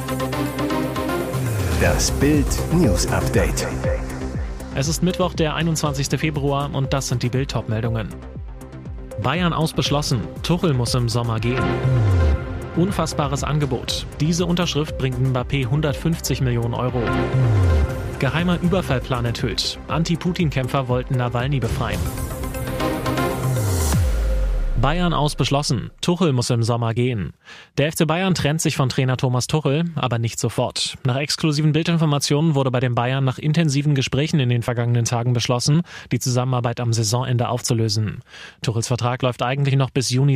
Das Bild News Update. Es ist Mittwoch, der 21. Februar und das sind die Bild-Top-Meldungen. Bayern aus beschlossen, Tuchel muss im Sommer gehen. Unfassbares Angebot. Diese Unterschrift bringt Mbappé 150 Millionen Euro. Geheimer Überfallplan enthüllt. Anti-Putin-Kämpfer wollten Nawalny befreien. Bayern aus beschlossen, Tuchel muss im Sommer gehen. Der FC Bayern trennt sich von Trainer Thomas Tuchel, aber nicht sofort. Nach exklusiven Bildinformationen wurde bei den Bayern nach intensiven Gesprächen in den vergangenen Tagen beschlossen, die Zusammenarbeit am Saisonende aufzulösen. Tuchels Vertrag läuft eigentlich noch bis Juni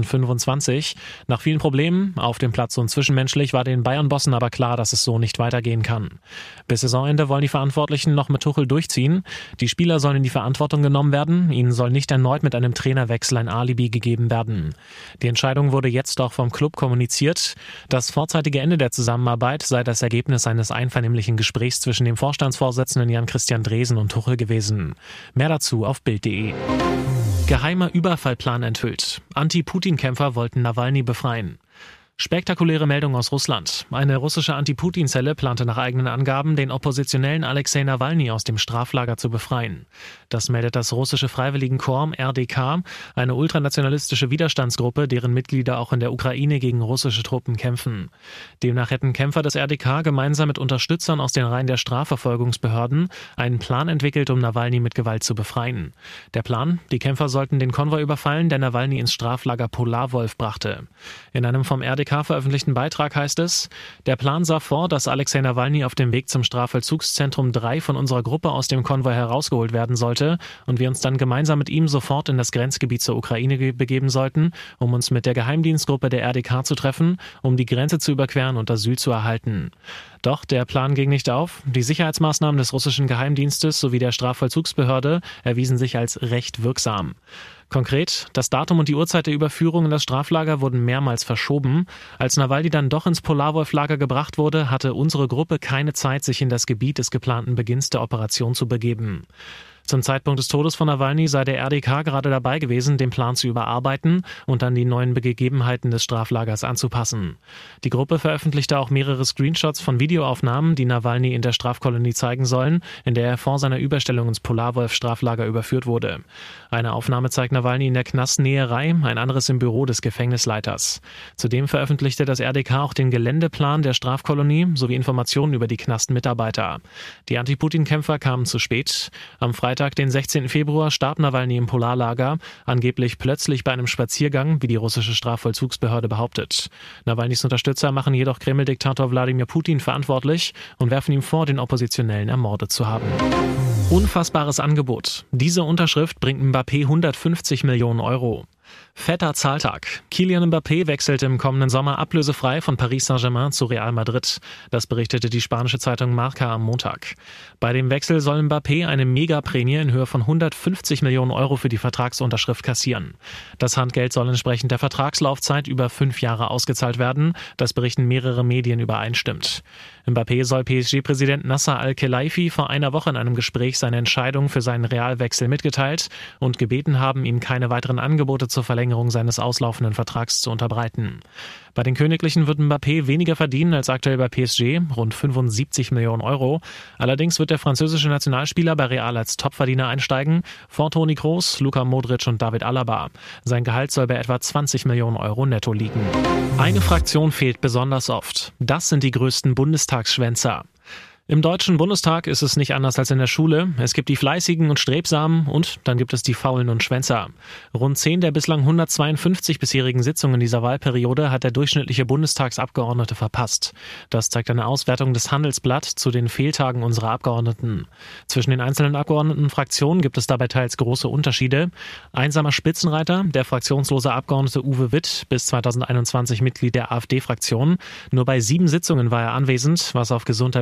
2025. Nach vielen Problemen, auf dem Platz und zwischenmenschlich, war den Bayern-Bossen aber klar, dass es so nicht weitergehen kann. Bis Saisonende wollen die Verantwortlichen noch mit Tuchel durchziehen. Die Spieler sollen in die Verantwortung genommen werden. Ihnen soll nicht erneut mit einem Trainerwechsel ein Alibi gegeben werden. Die Entscheidung wurde jetzt auch vom Club kommuniziert. Das vorzeitige Ende der Zusammenarbeit sei das Ergebnis eines einvernehmlichen Gesprächs zwischen dem Vorstandsvorsitzenden Jan-Christian Dresen und Tuchel gewesen. Mehr dazu auf Bild.de. Geheimer Überfallplan enthüllt. Anti-Putin-Kämpfer wollten Nawalny befreien. Spektakuläre Meldung aus Russland. Eine russische Anti-Putin-Zelle plante nach eigenen Angaben, den Oppositionellen Alexei Nawalny aus dem Straflager zu befreien. Das meldet das russische Freiwilligenkorps RDK, eine ultranationalistische Widerstandsgruppe, deren Mitglieder auch in der Ukraine gegen russische Truppen kämpfen. Demnach hätten Kämpfer des RDK gemeinsam mit Unterstützern aus den Reihen der Strafverfolgungsbehörden einen Plan entwickelt, um Nawalny mit Gewalt zu befreien. Der Plan? Die Kämpfer sollten den Konvoi überfallen, der Nawalny ins Straflager Polarwolf brachte. In einem vom RDK veröffentlichten Beitrag heißt es, der Plan sah vor, dass Alexei Nawalny auf dem Weg zum Strafvollzugszentrum 3 von unserer Gruppe aus dem Konvoi herausgeholt werden sollte und wir uns dann gemeinsam mit ihm sofort in das Grenzgebiet zur Ukraine begeben sollten, um uns mit der Geheimdienstgruppe der RDK zu treffen, um die Grenze zu überqueren und Asyl zu erhalten. Doch der Plan ging nicht auf. Die Sicherheitsmaßnahmen des russischen Geheimdienstes sowie der Strafvollzugsbehörde erwiesen sich als recht wirksam. Konkret, das Datum und die Uhrzeit der Überführung in das Straflager wurden mehrmals verschoben. Als Nawalny dann doch ins Polarwolf-Lager gebracht wurde, hatte unsere Gruppe keine Zeit, sich in das Gebiet des geplanten Beginns der Operation zu begeben. Zum Zeitpunkt des Todes von Nawalny sei der RDK gerade dabei gewesen, den Plan zu überarbeiten und an die neuen Gegebenheiten des Straflagers anzupassen. Die Gruppe veröffentlichte auch mehrere Screenshots von Videoaufnahmen, die Nawalny in der Strafkolonie zeigen sollen, in der er vor seiner Überstellung ins Polarwolf-Straflager überführt wurde. Eine Aufnahme zeigt Nawalny in der Knastnäherei, ein anderes im Büro des Gefängnisleiters. Zudem veröffentlichte das RDK auch den Geländeplan der Strafkolonie sowie Informationen über die Knastmitarbeiter. Die Anti-Putin-Kämpfer kamen zu spät. Am Freitag, den 16. Februar, starb Nawalny im Polarlager, angeblich plötzlich bei einem Spaziergang, wie die russische Strafvollzugsbehörde behauptet. Nawalnys Unterstützer machen jedoch Kreml-Diktator Wladimir Putin verantwortlich und werfen ihm vor, den Oppositionellen ermordet zu haben. Unfassbares Angebot. Diese Unterschrift bringt Mbappé 150 Millionen Euro. Fetter Zahltag. Kylian Mbappé wechselt im kommenden Sommer ablösefrei von Paris Saint-Germain zu Real Madrid. Das berichtete die spanische Zeitung Marca am Montag. Bei dem Wechsel soll Mbappé eine Megaprämie in Höhe von 150 Millionen Euro für die Vertragsunterschrift kassieren. Das Handgeld soll entsprechend der Vertragslaufzeit über 5 Jahre ausgezahlt werden. Das berichten mehrere Medien übereinstimmt. Mbappé soll PSG-Präsident Nasser Al-Khelaifi vor einer Woche in einem Gespräch seine Entscheidung für seinen Realwechsel mitgeteilt und gebeten haben, ihm keine weiteren Angebote zur Verlängerung seines auslaufenden Vertrags zu unterbreiten. Bei den Königlichen wird Mbappé weniger verdienen als aktuell bei PSG, rund 75 Millionen Euro. Allerdings wird der französische Nationalspieler bei Real als Topverdiener einsteigen, vor Toni Kroos, Luka Modric und David Alaba. Sein Gehalt soll bei etwa 20 Millionen Euro netto liegen. Eine Fraktion fehlt besonders oft. Das sind die größten Bundestagsschwänzer. Im Deutschen Bundestag ist es nicht anders als in der Schule. Es gibt die Fleißigen und Strebsamen und dann gibt es die Faulen und Schwänzer. Rund 10 der bislang 152 bisherigen Sitzungen dieser Wahlperiode hat der durchschnittliche Bundestagsabgeordnete verpasst. Das zeigt eine Auswertung des Handelsblatt zu den Fehltagen unserer Abgeordneten. Zwischen den einzelnen Abgeordnetenfraktionen gibt es dabei teils große Unterschiede. Einsamer Spitzenreiter, der fraktionslose Abgeordnete Uwe Witt, bis 2021 Mitglied der AfD-Fraktion. Nur bei 7 Sitzungen war er anwesend, was auf gesundheitliche Probleme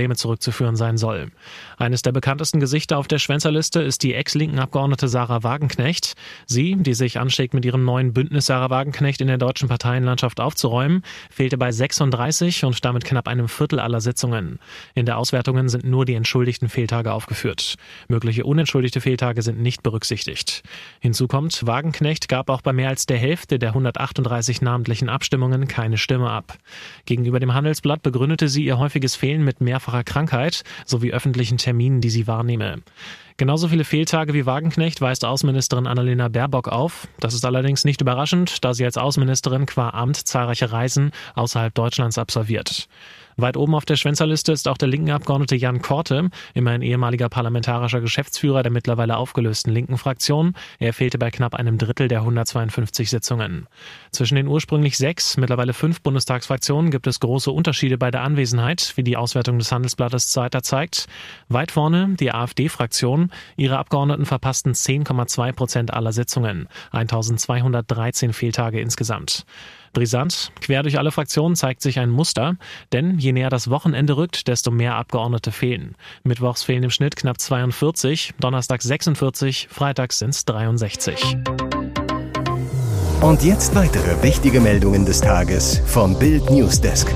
Probleme zurückzuführen sein soll. Eines der bekanntesten Gesichter auf der Schwänzerliste ist die ex-linken Abgeordnete Sarah Wagenknecht. Sie, die sich anschlägt, mit ihrem neuen Bündnis Sarah Wagenknecht in der deutschen Parteienlandschaft aufzuräumen, fehlte bei 36 und damit knapp einem Viertel aller Sitzungen. In der Auswertungen sind nur die entschuldigten Fehltage aufgeführt. Mögliche unentschuldigte Fehltage sind nicht berücksichtigt. Hinzu kommt, Wagenknecht gab auch bei mehr als der Hälfte der 138 namentlichen Abstimmungen keine Stimme ab. Gegenüber dem Handelsblatt begründete sie ihr häufiges Fehlen mit mehrfacher Krankheit sowie öffentlichen Terminen, die sie wahrnehme. Genauso viele Fehltage wie Wagenknecht weist Außenministerin Annalena Baerbock auf. Das ist allerdings nicht überraschend, da sie als Außenministerin qua Amt zahlreiche Reisen außerhalb Deutschlands absolviert. Weit oben auf der Schwänzerliste ist auch der linken Abgeordnete Jan Korte, immerhin ehemaliger parlamentarischer Geschäftsführer der mittlerweile aufgelösten linken Fraktion. Er fehlte bei knapp einem Drittel der 152 Sitzungen. Zwischen den ursprünglich 6, mittlerweile 5 Bundestagsfraktionen gibt es große Unterschiede bei der Anwesenheit, wie die Auswertung des Handelsblattes weiter zeigt. Weit vorne die AfD-Fraktion. Ihre Abgeordneten verpassten 10,2% aller Sitzungen, 1213 Fehltage insgesamt. Brisant, quer durch alle Fraktionen zeigt sich ein Muster, denn je näher das Wochenende rückt, desto mehr Abgeordnete fehlen. Mittwochs fehlen im Schnitt knapp 42, donnerstags 46, freitags sind es 63. Und jetzt weitere wichtige Meldungen des Tages vom Bild Newsdesk.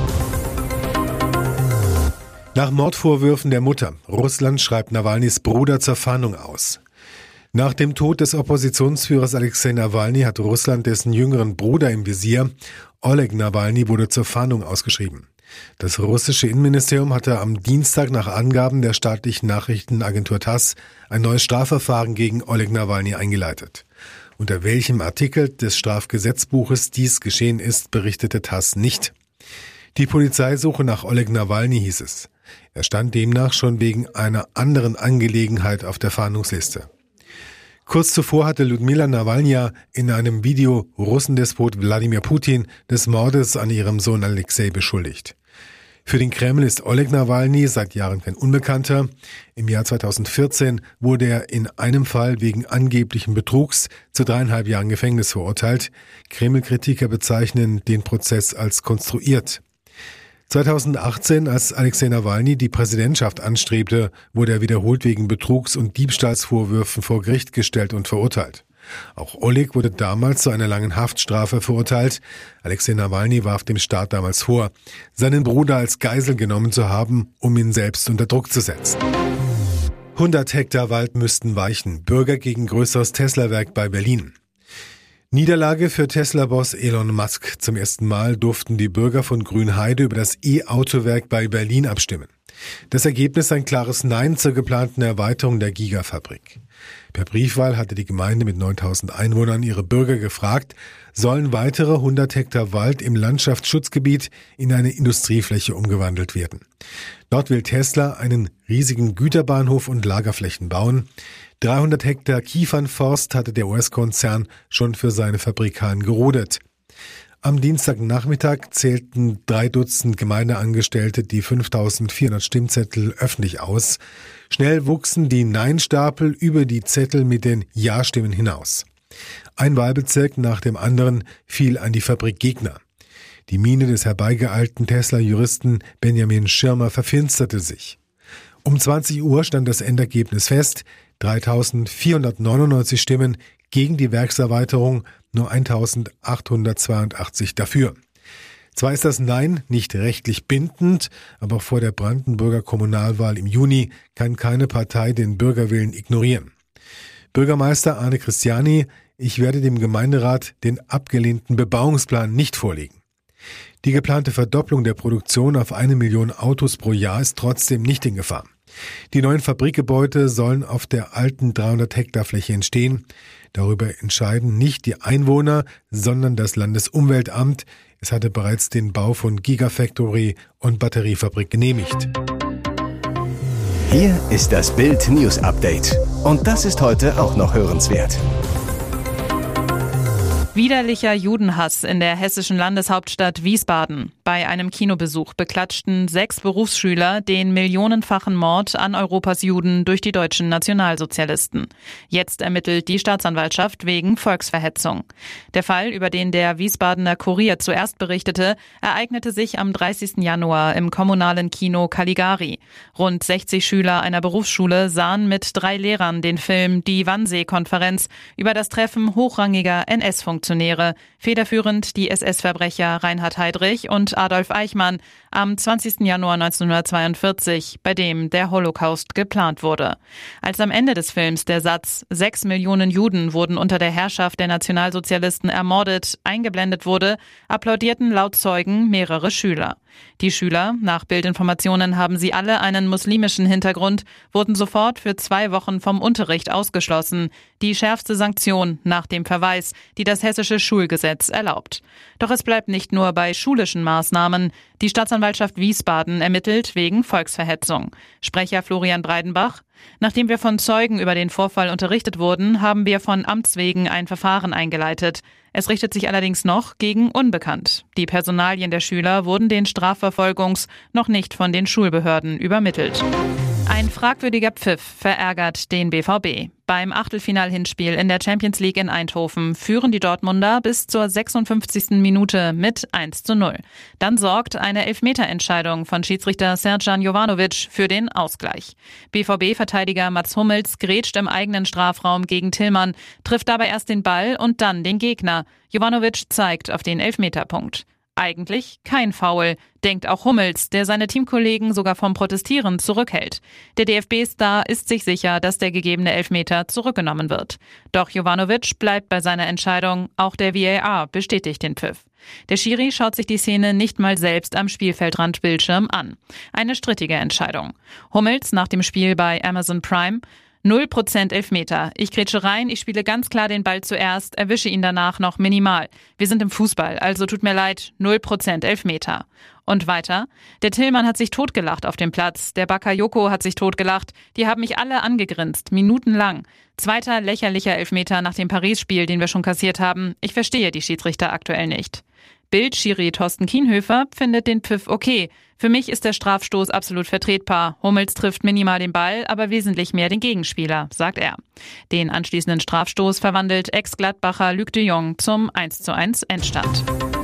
Nach Mordvorwürfen der Mutter. Russland schreibt Nawalnys Bruder zur Fahndung aus. Nach dem Tod des Oppositionsführers Alexei Nawalny hat Russland dessen jüngeren Bruder im Visier. Oleg Nawalny wurde zur Fahndung ausgeschrieben. Das russische Innenministerium hatte am Dienstag nach Angaben der staatlichen Nachrichtenagentur TASS ein neues Strafverfahren gegen Oleg Nawalny eingeleitet. Unter welchem Artikel des Strafgesetzbuches dies geschehen ist, berichtete TASS nicht. Die Polizei suche nach Oleg Nawalny, hieß es. Er stand demnach schon wegen einer anderen Angelegenheit auf der Fahndungsliste. Kurz zuvor hatte Ludmila Nawalnja in einem Video Russendespot Wladimir Putin des Mordes an ihrem Sohn Alexei beschuldigt. Für den Kreml ist Oleg Nawalny seit Jahren kein Unbekannter. Im Jahr 2014 wurde er in einem Fall wegen angeblichen Betrugs zu 3,5 Jahren Gefängnis verurteilt. Kreml-Kritiker bezeichnen den Prozess als konstruiert. 2018, als Alexei Nawalny die Präsidentschaft anstrebte, wurde er wiederholt wegen Betrugs- und Diebstahlsvorwürfen vor Gericht gestellt und verurteilt. Auch Oleg wurde damals zu einer langen Haftstrafe verurteilt. Alexei Nawalny warf dem Staat damals vor, seinen Bruder als Geisel genommen zu haben, um ihn selbst unter Druck zu setzen. 100 Hektar Wald müssten weichen. Bürger gegen größeres Tesla-Werk bei Berlin. Niederlage für Tesla-Boss Elon Musk. Zum ersten Mal durften die Bürger von Grünheide über das E-Autowerk bei Berlin abstimmen. Das Ergebnis ein klares Nein zur geplanten Erweiterung der Gigafabrik. Per Briefwahl hatte die Gemeinde mit 9000 Einwohnern ihre Bürger gefragt, sollen weitere 100 Hektar Wald im Landschaftsschutzgebiet in eine Industriefläche umgewandelt werden. Dort will Tesla einen riesigen Güterbahnhof und Lagerflächen bauen. 300 Hektar Kiefernforst hatte der US-Konzern schon für seine Fabrikalen gerodet. Am Dienstagnachmittag zählten 3 Dutzend Gemeindeangestellte die 5400 Stimmzettel öffentlich aus. Schnell wuchsen die Nein-Stapel über die Zettel mit den Ja-Stimmen hinaus. Ein Wahlbezirk nach dem anderen fiel an die Fabrikgegner. Die Miene des herbeigeeilten Tesla-Juristen Benjamin Schirmer verfinsterte sich. Um 20 Uhr stand das Endergebnis fest: 3.499 Stimmen gegen die Werkserweiterung, nur 1.882 dafür. Zwar ist das Nein nicht rechtlich bindend, aber vor der Brandenburger Kommunalwahl im Juni kann keine Partei den Bürgerwillen ignorieren. Bürgermeister Arne Christiani: Ich werde dem Gemeinderat den abgelehnten Bebauungsplan nicht vorlegen. Die geplante Verdopplung der Produktion auf 1 Million Autos pro Jahr ist trotzdem nicht in Gefahr. Die neuen Fabrikgebäude sollen auf der alten 300 Hektar Fläche entstehen. Darüber entscheiden nicht die Einwohner, sondern das Landesumweltamt. Es hatte bereits den Bau von Gigafactory und Batteriefabrik genehmigt. Hier ist das Bild News Update. Und das ist heute auch noch hörenswert. Widerlicher Judenhass in der hessischen Landeshauptstadt Wiesbaden. Bei einem Kinobesuch beklatschten 6 Berufsschüler den millionenfachen Mord an Europas Juden durch die deutschen Nationalsozialisten. Jetzt ermittelt die Staatsanwaltschaft wegen Volksverhetzung. Der Fall, über den der Wiesbadener Kurier zuerst berichtete, ereignete sich am 30. Januar im kommunalen Kino Caligari. Rund 60 Schüler einer Berufsschule sahen mit 3 Lehrern den Film Die Wannsee-Konferenz über das Treffen hochrangiger NS-Funktionäre, federführend die SS-Verbrecher Reinhard Heydrich und Adolf Eichmann am 20. Januar 1942, bei dem der Holocaust geplant wurde. Als am Ende des Films der Satz „6 Millionen Juden wurden unter der Herrschaft der Nationalsozialisten ermordet" eingeblendet wurde, applaudierten laut Zeugen mehrere Schüler. Die Schüler, nach Bildinformationen haben sie alle einen muslimischen Hintergrund, wurden sofort für 2 Wochen vom Unterricht ausgeschlossen. Die schärfste Sanktion nach dem Verweis, die das hessische Schulgesetz erlaubt. Doch es bleibt nicht nur bei schulischen Maßnahmen. Die Staatsanwaltschaft Wiesbaden ermittelt wegen Volksverhetzung. Sprecher Florian Breidenbach: Nachdem wir von Zeugen über den Vorfall unterrichtet wurden, haben wir von Amts wegen ein Verfahren eingeleitet. Es richtet sich allerdings noch gegen Unbekannt. Die Personalien der Schüler wurden den Strafverfolgungs- noch nicht von den Schulbehörden übermittelt. Ein fragwürdiger Pfiff verärgert den BVB. Beim Achtelfinal-Hinspiel in der Champions League in Eindhoven führen die Dortmunder bis zur 56. Minute mit 1:0. Dann sorgt eine Elfmeterentscheidung von Schiedsrichter Srdjan Jovanovic für den Ausgleich. BVB-Verteidiger Mats Hummels grätscht im eigenen Strafraum gegen Tillmann, trifft dabei erst den Ball und dann den Gegner. Jovanovic zeigt auf den Elfmeterpunkt. Eigentlich kein Foul, denkt auch Hummels, der seine Teamkollegen sogar vom Protestieren zurückhält. Der DFB-Star ist sich sicher, dass der gegebene Elfmeter zurückgenommen wird. Doch Jovanovic bleibt bei seiner Entscheidung, auch der VAR bestätigt den Pfiff. Der Schiri schaut sich die Szene nicht mal selbst am Spielfeldrandbildschirm an. Eine strittige Entscheidung. Hummels nach dem Spiel bei Amazon Prime: 0% Elfmeter. Ich grätsche rein, ich spiele ganz klar den Ball zuerst, erwische ihn danach noch minimal. Wir sind im Fußball, also tut mir leid, 0% Elfmeter. Und weiter: Der Tillmann hat sich totgelacht auf dem Platz, der Bakayoko hat sich totgelacht, die haben mich alle angegrinst, minutenlang. Zweiter lächerlicher Elfmeter nach dem Paris-Spiel, den wir schon kassiert haben. Ich verstehe die Schiedsrichter aktuell nicht. Bild-Schiri Thorsten Kienhöfer findet den Pfiff okay. Für mich ist der Strafstoß absolut vertretbar. Hummels trifft minimal den Ball, aber wesentlich mehr den Gegenspieler, sagt er. Den anschließenden Strafstoß verwandelt Ex-Gladbacher Luc de Jong zum 1:1 Endstand.